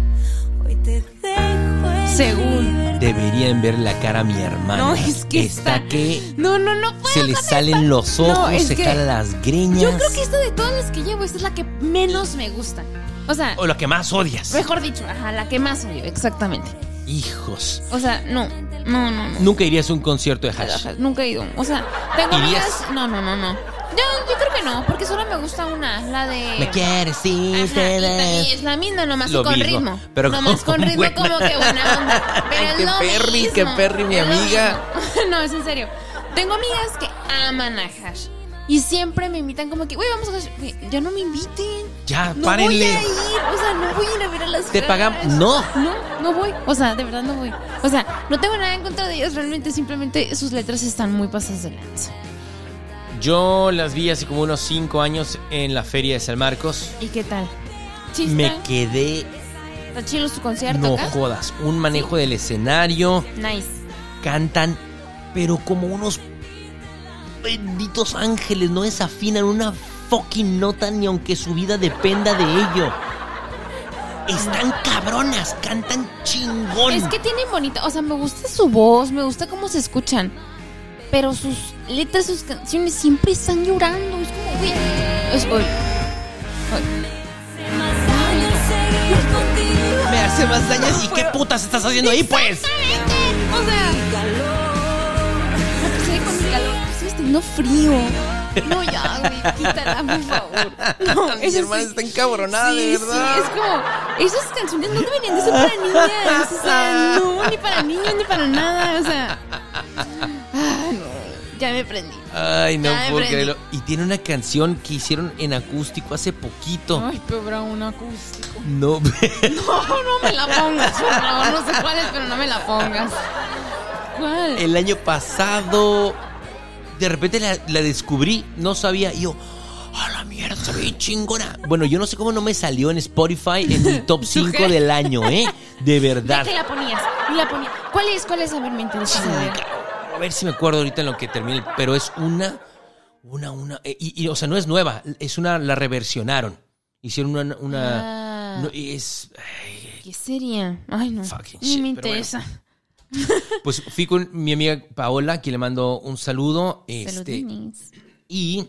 Según... Deberían ver la cara a mi hermana. No, es que está está- que No puedo. se le con salen esta. los ojos, No, es se que calan las greñas. Yo creo que esta de todas las que llevo, esta es la que menos me gusta. O sea, O lo que más odias. mejor dicho, ajá, la que más odio, exactamente. Hijos. O sea, no. Nunca irías a un concierto de hash. Nunca he ido. O sea, tengo ¿Irías? amigas. No. Yo creo que no, porque solo me gusta una, la de. Me quieres, sí, Ajá, te y ves. es la misma, nomás Lo que con mismo, ritmo. pero nomás con ritmo buena. como que buena onda. Pero Ay, es qué lo perri, mismo, qué perri, mi es lo amiga. mismo. No, es en serio. Tengo amigas que aman a Hash. Y siempre me invitan como que, güey, vamos a Hash. Güey, ya no me inviten. Ya, No párenle. voy a ir, o sea, no voy a ir a ver a las Te Hash. pagamos. No. No voy. O sea, de verdad no voy. O sea, no tengo nada en contra de ellos. Realmente, simplemente sus letras están muy pasadas de lanza. Yo las vi hace como unos 5 años en la Feria de San Marcos. ¿Y qué tal? ¿Sí Me está? quedé, ¿Está chido su concierto no acá? jodas, un manejo del escenario. Nice. Cantan, pero como unos benditos ángeles, no desafinan una fucking nota ni aunque su vida dependa de ello. Están cabronas, cantan chingón. Es que tienen bonita, o sea, me gusta su voz, me gusta cómo se escuchan. Pero sus letras, sus canciones siempre están llorando. Es como, güey. Es hoy. Me hace más daño. ¿Y qué putas estás haciendo ahí, pues? O sea, no sé, con mi calor, estoy teniendo frío. No, ya, güey, quítala, por favor. No, Mis hermanas están cabronadas, sí, de verdad. Sí, es como, esas canciones no deberían de ser para niñas. O sea, no, ni para niños, ni para nada. O sea, no, ya me prendí. Ay, no Ya me puedo prendí. creerlo. Y tiene una canción que hicieron en acústico hace poquito. Ay, pero un acústico. No, No me la pongas, por favor. No sé cuál es, pero no me la pongas. ¿Cuál? el año pasado, de repente la descubrí, no sabía, y yo, ¡a la mierda, está bien chingona! Bueno, yo no sé cómo no me salió en Spotify en mi top 5 del año, ¿eh? De ¿Ya verdad. que la ponías? Y la ponía. ¿Cuál es? ¿Cuál es? A ver, me interesa saber. A ver si me acuerdo ahorita en lo que termine, pero es una, o sea, no es nueva, la reversionaron. Hicieron una no, es, ay, ¿Qué sería? Ay, no. Fucking Ni shit, me pero interesa. pues fui con mi amiga Paola, que le mando un saludo, Saludines. y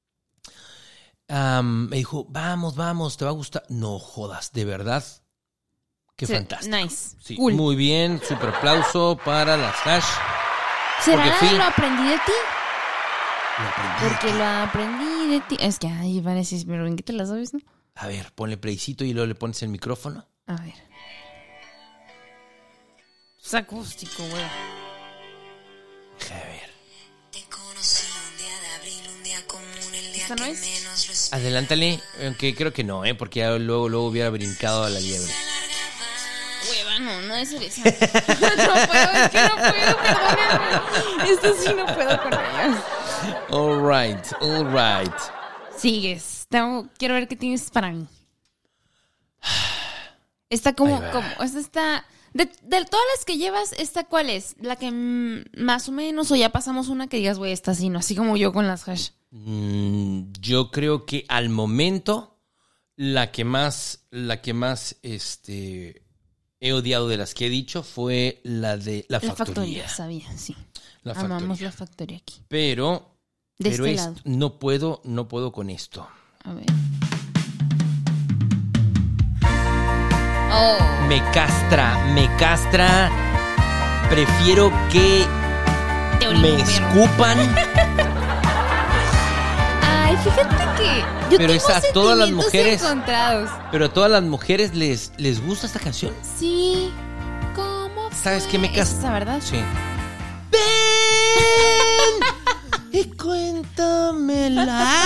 me dijo, vamos, te va a gustar. No jodas, de verdad, qué Sí, fantástico. nice. Sí, Cool. muy bien, súper aplauso para las Hash. ¿Será porque fui- lo aprendí de ti? Lo aprendí. Porque lo aprendí de ti. Es que, ay, van a decir, pero ¿en qué te la sabes, no? A ver, ponle playcito y luego le pones el micrófono. A ver. Es acústico, güey. A ver. ¿Esta no es? Adelántale, aunque creo que no, porque ya luego hubiera brincado a la liebre. Hueva, no debe ser esa. No puedo, es que no puedo, perdónenme. Esto sí no puedo con ellas. All right. Sigues. Quiero ver qué tienes para mí. Esta como, Ahí va. esta está... De todas las que llevas, ¿esta cuál es? La que más o menos, o ya pasamos una que digas, güey, esta sí, ¿no? Así como yo con las Hash. Yo creo que al momento la que más he odiado de las que he dicho fue la de la factoría. Sabía, sí. La Amamos factoría. la factoría aquí. Pero De este es- lado. no puedo con esto. A ver. Oh. Me castra. Prefiero que Te me olí, escupan. Ay, fíjate que yo Pero tengo es a todas las sentimientos mujeres. encontrados. Pero a todas las mujeres les gusta esta canción. Sí. ¿Cómo fue? ¿Sabes qué me ¿Es esa, verdad? Sí. Ven y cuéntamela.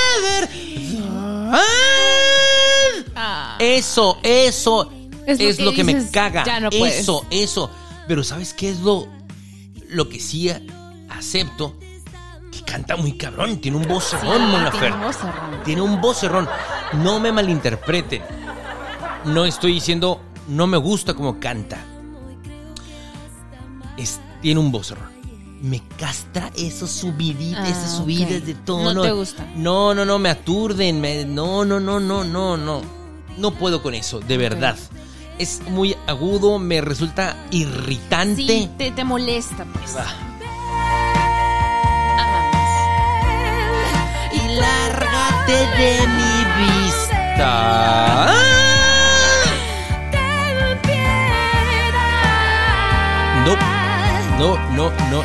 Ah. Eso es lo que me dices, caga. ya no puedes. Eso. Pero ¿sabes qué es lo que sí acepto? Que canta muy cabrón. Tiene un vocerrón, Mon Laferte. Tiene un vocerrón. No me malinterpreten. No estoy diciendo no me gusta como canta. Tiene un vocerrón. Me castra esos subiditas, esas subidas ok. de tono. No te gusta. No, me aturden. No. No puedo con eso, de verdad. Es muy agudo, me resulta irritante. Sí, te molesta, pues. Va. Amamos. Y lárgate de mi vista. No. No,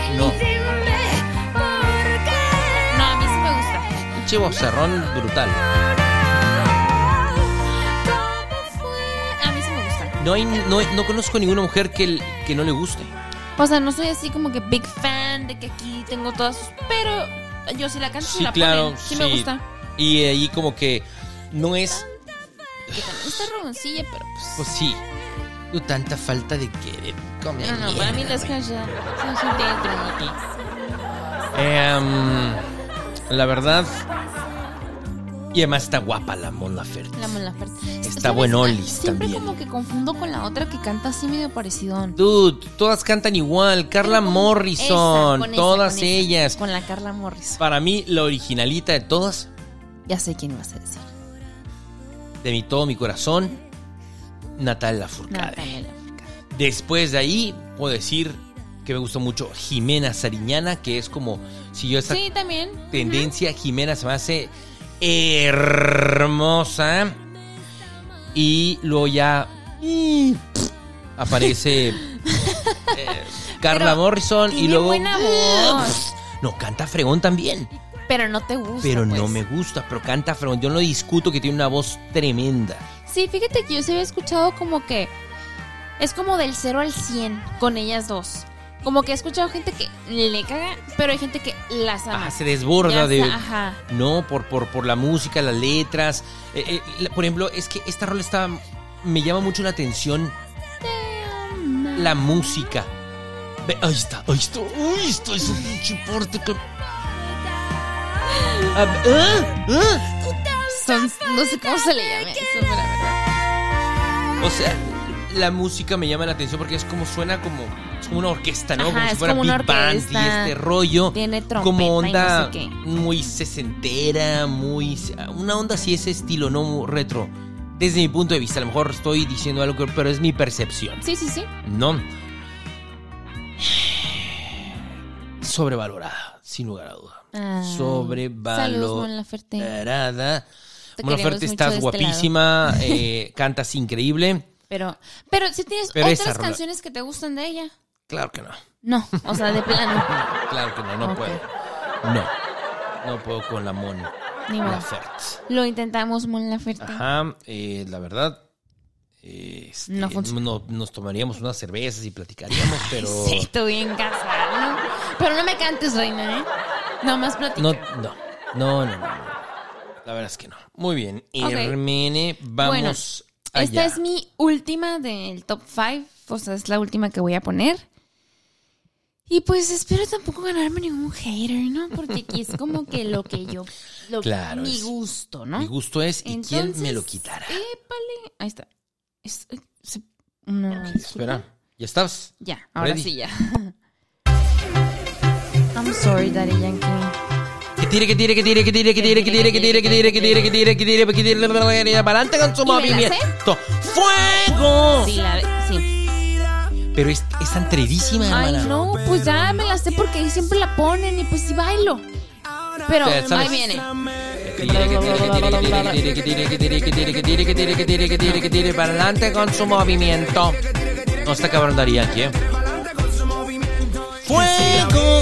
a mí sí me gusta. Pinche vocerrón brutal. A mí sí me gusta. No conozco ninguna mujer que no le guste. O sea, no soy así como que big fan de que aquí tengo todas sus... Pero yo sí la canto, Sí, la claro, ponen. Sí me gusta. Y ahí como que no es Que también está rogoncilla, pero pues... Pues sí. No tanta falta de querer comer. No, para mí las canciones son dentro aquí. La verdad... Y además está guapa la Mon Laferte. La Mon Laferte. Está buenolis siempre también. Como que confundo con la otra que canta así medio parecidón. Dude, todas cantan igual. Carla Morrison, con todas esa, ellas. Con la Carla Morrison. Para mí, la originalita de todas, Ya sé quién vas a decir. de todo mi corazón, Natalia Lafourcade. Natalia Lafourcade. Después de ahí, puedo decir que me gustó mucho Jimena Sariñana, que es como si yo esa Sí, también. tendencia, Jimena se me hace hermosa. Y luego ya aparece Carla Pero Morrison y tiene luego buena voz. no, canta fregón también. Pero no te gusta. Pero pues. no me gusta, pero canta fregón. Yo no discuto que tiene una voz tremenda. Sí, fíjate que yo se había escuchado como que es como del 0 al 100 con ellas dos. Como que he escuchado gente que le caga, pero hay gente que las ama. Se desborda Ya de... está, ajá. No, por la música, las letras. Por ejemplo, es que esta rola me llama mucho la atención la música. Ahí está. Uy, esto es un pinche porte con... No sé cómo se le llama eso, pero la verdad. O sea, la música me llama la atención porque es como suena como... Es como una orquesta, ¿no? Ajá, como si es fuera como una Big Band y orquesta. este rollo. Tiene trompeta como y onda no sé qué. muy sesentera, muy... Una onda así, ese estilo, no retro. Desde mi punto de vista, a lo mejor estoy diciendo algo, pero es mi percepción. Sí. No. Sobrevalorada, sin lugar a duda. Saludos, Mon Laferte. Sobrevalorada. Te Mon Laferte, queremos estás mucho de este guapísima, cantas increíble. Pero si tienes Pero esa otras rola- canciones que te gustan de ella. Claro que no. No, o sea, de plano. Claro que no Ok. puedo. No puedo con la Mon Ni modo. Laferte. Lo intentamos, Mon Laferte. Ajá, la verdad, No funciona. nos tomaríamos unas cervezas y platicaríamos, pero... Sí, estoy bien casada, ¿no? Pero no me cantes, reina, ¿eh? No más platica. No. La verdad es que no. Muy bien, Ok. Hermene, vamos allá. Esta es mi última del top 5. O sea, es la última que voy a poner. Y pues espero tampoco ganarme ningún hater, ¿no? Porque aquí es como que lo que yo... Claro, mi es- gusto, ¿no? Mi gusto es, ¿y quién me Entonces, lo quitará? Épale. Ahí está. No, Espera, ¿ya estás? Ya, ahora Ready. sí ya. I'm sorry, Daddy Yankee. Que tire, para adelante con su ¿Y me la sé? movimiento. ¡Fuego! Sí, Pero es atrevidísima, Ay, hermana. no, pues ya me la sé porque ahí siempre la ponen y pues sí bailo. Pero ¿sabes? ahí viene. Que tire para adelante con su movimiento. No está cabrón Daría aquí, ¿eh? ¡Fuego!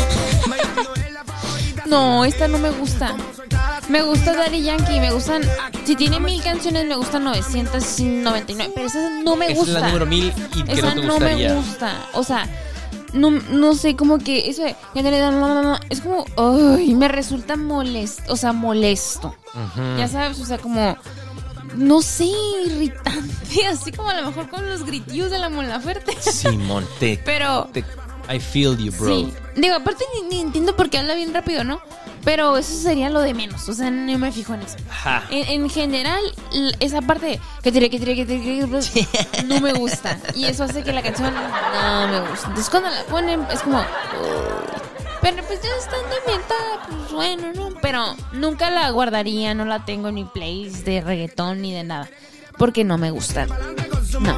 No, esta no me gusta. Me gusta Daddy Yankee, me gustan... Si tiene 1000 canciones, me gustan 999. Pero esa no me Esa gusta. es la número 1000 y que Esa no te no me gustaría. gusta. O sea, no sé, como que eso de... Es como... Ay, me resulta molesto. O sea, molesto. Ya sabes, o sea, como... No sé, irritante. Así como a lo mejor con los gritillos de la Mon Laferte. Simón, Pero... I feel you, bro. Sí. Digo, aparte ni entiendo por qué habla bien rápido, ¿no? Pero eso sería lo de menos. O sea, no me fijo en eso. Ajá. En general, esa parte de que tire, no me gusta. Y eso hace que la canción no me gusta. Entonces cuando la ponen es como... Pero pues ya estando ambientada, pues bueno, ¿no? Pero nunca la guardaría, no la tengo en mi playlist de reggaetón ni de nada. Porque no me gusta. No.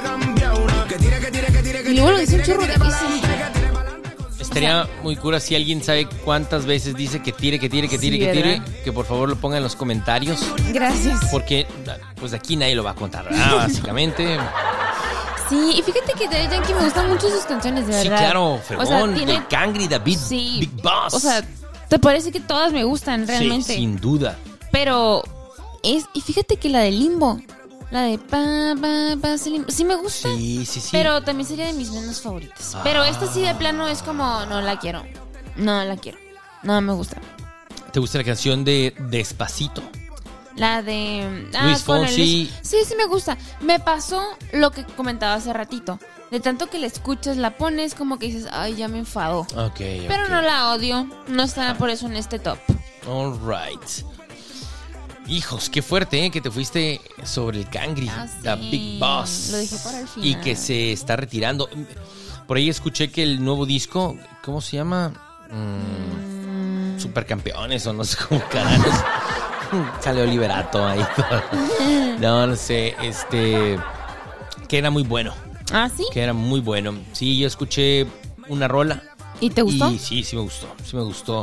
Y luego lo dice un chorro de veces. Estaría muy cura si alguien sabe cuántas veces dice que tire, ¿verdad? que por favor lo ponga en los comentarios. Gracias. Porque pues aquí nadie lo va a contar, ¿verdad? Básicamente. Sí, y fíjate que Daddy Yankee me gustan mucho sus canciones, de verdad. Sí, claro, Fregón, tiene- de Cangri, David, Sí. Big Boss. O sea, te parece que todas me gustan realmente. Sí, sin duda. Pero y fíjate que la de Limbo, la de sí me gusta. Sí. Pero también sería de mis menos favoritas. Pero esta sí de plano es como, no la quiero. No me gusta. ¿Te gusta la canción de Despacito? La de... Luis con Fonsi. Sí, me gusta. Me pasó lo que comentaba hace ratito. De tanto que la escuchas, la pones, como que dices, ay, ya me enfadó. Pero no la odio. No está por eso en este top. All right. Hijos, qué fuerte, ¿eh? Que te fuiste sobre el Cangri, Sí. The Big Boss. Lo dije para el final. Y que se está retirando. Por ahí escuché que el nuevo disco, ¿cómo se llama? Supercampeones o no sé cómo carajos. Sale Oliverato ahí. No sé, que era muy bueno. ¿Ah, sí? Que era muy bueno. Sí, yo escuché una rola. ¿Y te gustó? Y sí me gustó.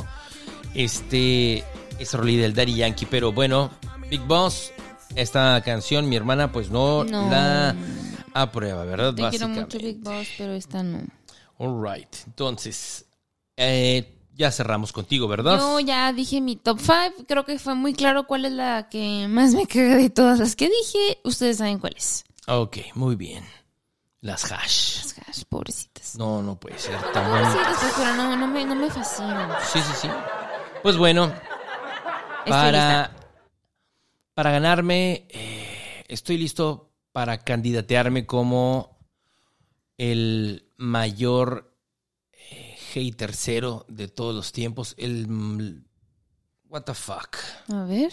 Esa rolilla del Daddy Yankee, pero bueno, Big Boss, esta canción, mi hermana, pues no. La aprueba, ¿verdad? Te quiero mucho, Big Boss, pero esta no. All right. Entonces, ya cerramos contigo, ¿verdad? Yo ya dije mi top 5. Creo que fue muy claro cuál es la que más me caga de todas las que dije. Ustedes saben cuál es. Ok, muy bien. Las Hash. Las Hash, pobrecitas. No puede ser tan bueno. Pobrecitas, pero no me fascinan. Sí. Pues bueno, para ganarme, estoy listo para candidatearme como el mayor hater cero de todos los tiempos. What the fuck. A ver.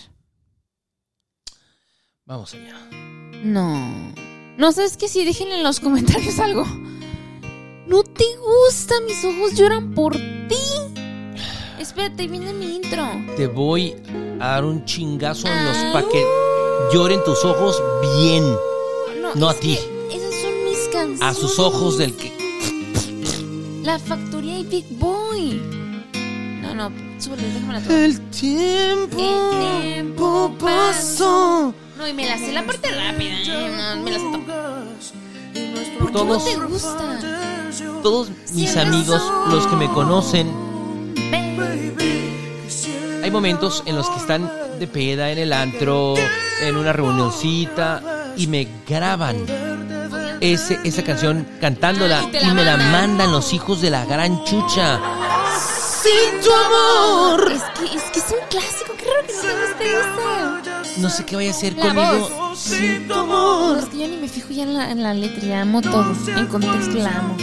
Vamos allá. No, ¿sabes qué? Sí, déjenle en los comentarios algo. ¿No te gusta? Mis ojos lloran por ti. Espérate, viene mi intro. Te voy a dar un chingazo en los para que lloren tus ojos bien. No a ti. Esas son mis canciones. A sus ojos del que... La Factoría y Big Boy. No, súbele, déjame la tocar. El tiempo pasó. No, y me la sé la parte rápida. No, me la sé todo. ¿Por qué no te gusta? Todos mis amigos, los que me conocen, hay momentos en los que están de peda en el antro, en una reunioncita, y me graban esa canción cantándola y me la mandan los hijos de la gran chucha. Sin tu amor. Es que es un clásico. Qué raro que no te guste eso. No sé qué vaya a hacer La conmigo voz. sin tu amor. No, es que yo ni me fijo ya en la letra. La amo todo. En contexto la amo.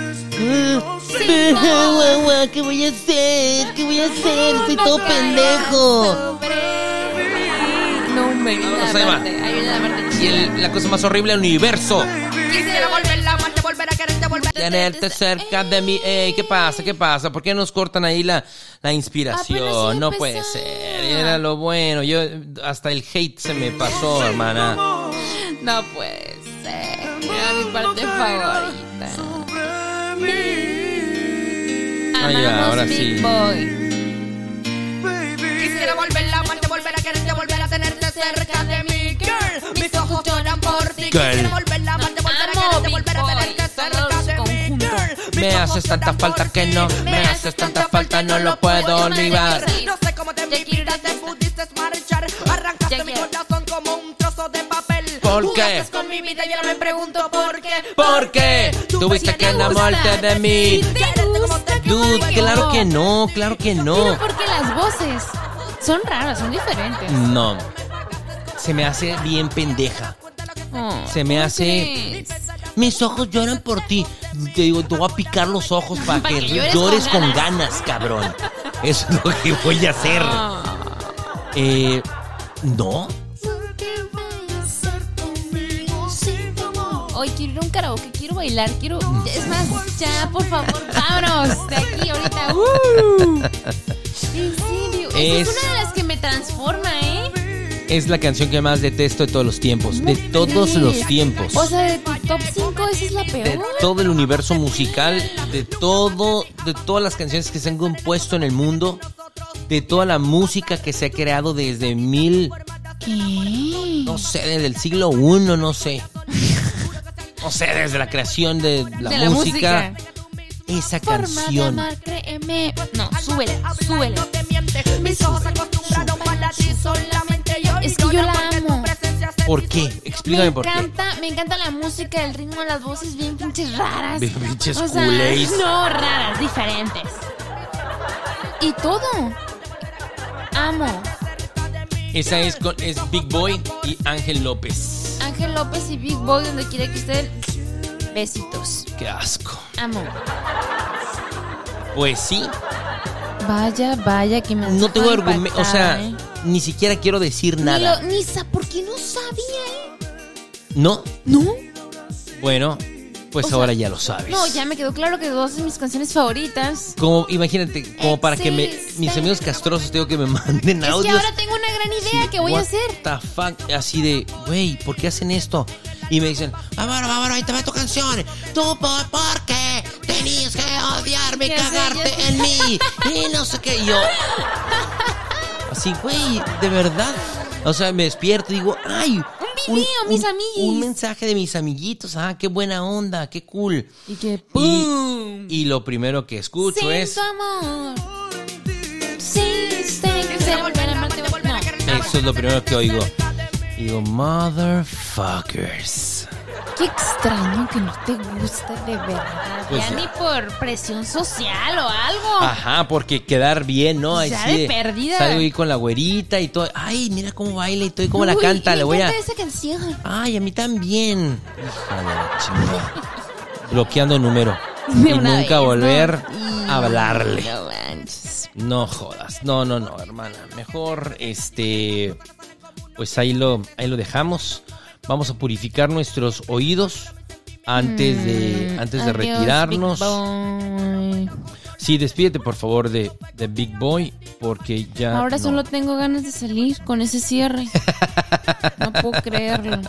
¿Qué voy a hacer? Estoy todo pendejo. No, hombre. Vamos, ahí va. Y la cosa más horrible del universo. Quisiera volver a amarte, volver a quererte, volver a Tenerte cerca de mí. ¿Qué pasa? ¿Por qué nos cortan ahí la inspiración? Apenas iba a No puede empezar. ser. Era lo bueno. Yo hasta el hate se me pasó, hermana. No puede ser. Era mi parte favorita. Ahí va, Amamos ahora Big sí. Boy. Quisiera volver a amarte, volver a quererte, volver a tenerte cerca de mí, girl. Mis ojos lloran por ti. Quisiera volver a amarte, volver a Amo quererte, Big volver a Boy. tenerte cerca Todos de mí, conjuntos. girl. Me haces tanta falta que no. Me haces tanta falta, no lo puedo olvidar. No sé cómo te mi vida te pudiste marchar. Arrancaste mi corazón como un trozo de papel. ¿Por qué? Jugaste con mi vida y ahora me pregunto por qué. ¿Por qué? Tuviste que enamorarte de mí. Dude, claro que no. Pero porque las voces son raras, son diferentes. No. Se me hace bien pendeja. Se me hace... Mis ojos lloran por ti. Te digo, te voy a picar los ojos para Para que que llores con con ganas, cabrón. Eso es lo que voy a hacer. ¿No? Hoy quiero ir a un karaoke, quiero bailar, Es más, ya, por favor, vámonos de aquí ahorita. En serio, esa es una de las que me transforma, ¿eh? Es la canción que más detesto de todos los tiempos. De todos los tiempos. O sea, de tu top 5, esa es la De peor. todo el universo musical, de todas las canciones que se han compuesto en el mundo, de toda la música que se ha creado desde ¿Qué? no sé, desde el siglo I, no sé. No sé, desde la creación de la De música. Esa Forma de canción. amar, créeme. No, súbele. Mis ojos se acostumbraron para ti solamente yo. Es que yo la amo. ¿Por qué? Explícame por qué. Me encanta la música, el ritmo, las voces bien pinches raras. Bien pinches O sea, culés. no, raras, diferentes. Y todo. Amo. Esa es Big Boy y Ángel López. Ángel López y Big Boy, donde quiera que estén. Besitos. Qué asco. Amor. Pues sí. Vaya, que me has No tengo dejado argumento, o sea, impactada, ni siquiera quiero decir nada. ¿Por qué no sabía, ¿No? ¿No? Bueno, pues O sea, ahora ya lo sabes. No, ya me quedó claro que dos de mis canciones favoritas. Como, imagínate, como para que mis amigos castrosos tengo que me manden Es audios. que ahora tengo una gran idea que voy a hacer. What the fuck, así de, güey, ¿por qué hacen esto? Y me dicen, vámonos, ahí te va tu canción. Tú, ¿por qué tenías que odiarme y Ya sé, cagarte ya sé. en mí? Y no sé qué, y yo. Así, güey, de verdad. O sea, me despierto y digo, ay. Un video, mis amiguis. Un mensaje de mis amiguitos. Ah, qué buena onda, qué cool. Y que ¡pum! Y lo primero que escucho Sin es. tu amor. Sí, quisiera volver a amarte. No. Eso es lo primero que oigo. Y digo, motherfuckers. Qué extraño que no te guste de verdad. Pues ya ya. ni por presión social o algo. Ajá, porque quedar bien, ¿no? Ya Así de perdida. Salgo ahí con la güerita y todo. Ay, mira cómo baila y todo, y cómo la Uy, canta. me Le voy a. encanta esa canción. Ay, a mí también. Hija de la chingada. Bloqueando número. De Y una nunca vez, volver ¿no? a hablarle. No manches. No jodas. No, hermana. Mejor, pues ahí lo dejamos. Vamos a purificar nuestros oídos antes de Adiós, retirarnos. Big Boy. Sí, despídete por favor de Big Boy, porque ya. Ahora no. solo tengo ganas de salir con ese cierre. No puedo creerlo.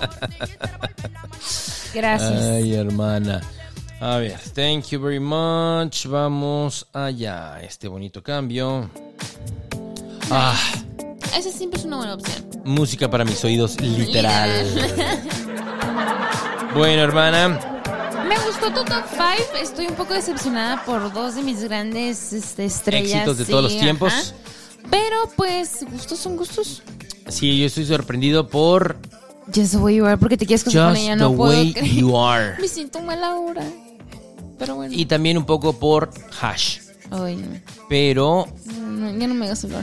Gracias. Ay, hermana. A ver, thank you very much. Vamos allá. Este bonito cambio. Ah, Esa siempre es una buena opción. música para mis oídos, literal. Bueno, hermana. Me gustó tu top 5. Estoy un poco decepcionada por dos de mis grandes estrellas. Éxitos de todos los tiempos. Ajá. Pero pues, gustos son gustos. Sí, yo estoy sorprendido por Just the way you are, porque te quieres casar con Just ella. the No puedo Way creer. You Are. Me siento mal ahora. Pero bueno. Y también un poco por Hash. Ay, no. Pero Ya no me hagas hablar.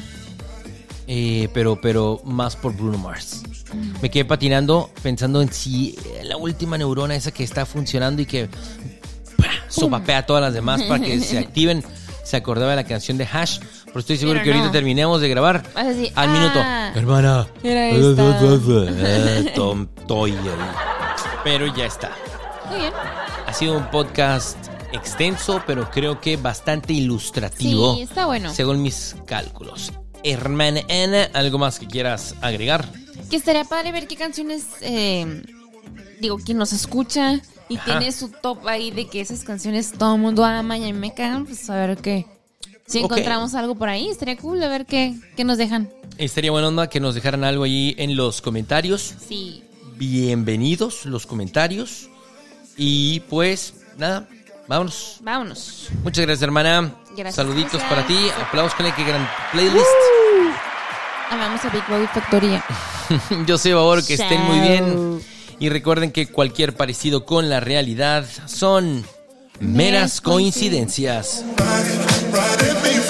pero más por Bruno Mars. Me quedé patinando pensando en si la última neurona esa que está funcionando y que sopapea a todas las demás para que se activen. Se acordaba de la canción de Hash, pero estoy seguro Pero que ahorita no. terminemos de grabar. Vas a decir, Al minuto, hermana. Era esta. Tontoy ahí. Pero ya está. Muy bien. Ha sido un podcast extenso, pero creo que bastante ilustrativo. Sí, está bueno. Según mis cálculos. Hermana Ana, ¿algo más que quieras agregar? Que estaría padre ver qué canciones, quien nos escucha y Ajá. tiene su top ahí de que esas canciones todo el mundo ama y a mí me cagan, pues a ver qué. Si Ok. encontramos algo por ahí, estaría cool a ver qué nos dejan. Estaría buena onda que nos dejaran algo ahí en los comentarios. Sí. Bienvenidos los comentarios. Y pues, nada, vámonos. Vámonos. Muchas gracias, hermana. Gracias, Saluditos gracias. para ti. Aplausos, con qué gran playlist. Amamos a Big Boy Factoría. Yo soy Babor, que estén muy bien. Chao. Y recuerden que cualquier parecido con la realidad son meras coincidencias. Friday,